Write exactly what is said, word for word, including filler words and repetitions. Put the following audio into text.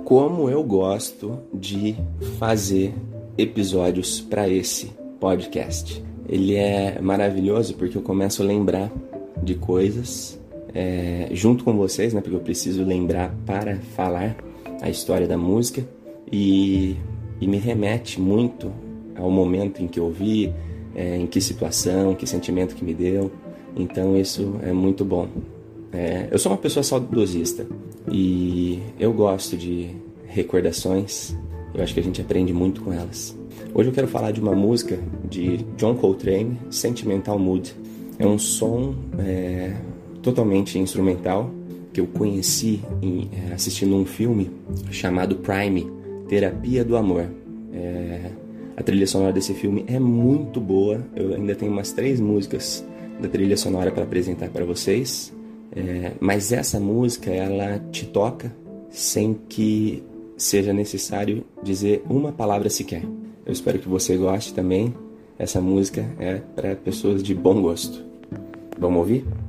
como eu gosto de fazer episódios para esse podcast. Ele é maravilhoso porque eu começo a lembrar de coisas é, junto com vocês, né? Porque eu preciso lembrar para falar a história da música e, e me remete muito ao momento em que eu vi, é, em que situação, que sentimento que me deu. Então isso é muito bom. É, eu sou uma pessoa saudosista e eu gosto de recordações. Eu acho que a gente aprende muito com elas. Hoje eu quero falar de uma música de John Coltrane, Sentimental Mood. É um som é, totalmente instrumental que eu conheci em, é, assistindo um filme chamado Prime, Terapia do Amor. É, a trilha sonora desse filme é muito boa. Eu ainda tenho umas três músicas da trilha sonora para apresentar para vocês. É, mas essa música, ela te toca sem que seja necessário dizer uma palavra sequer. Eu espero que você goste também. Essa música é para pessoas de bom gosto. Vamos ouvir?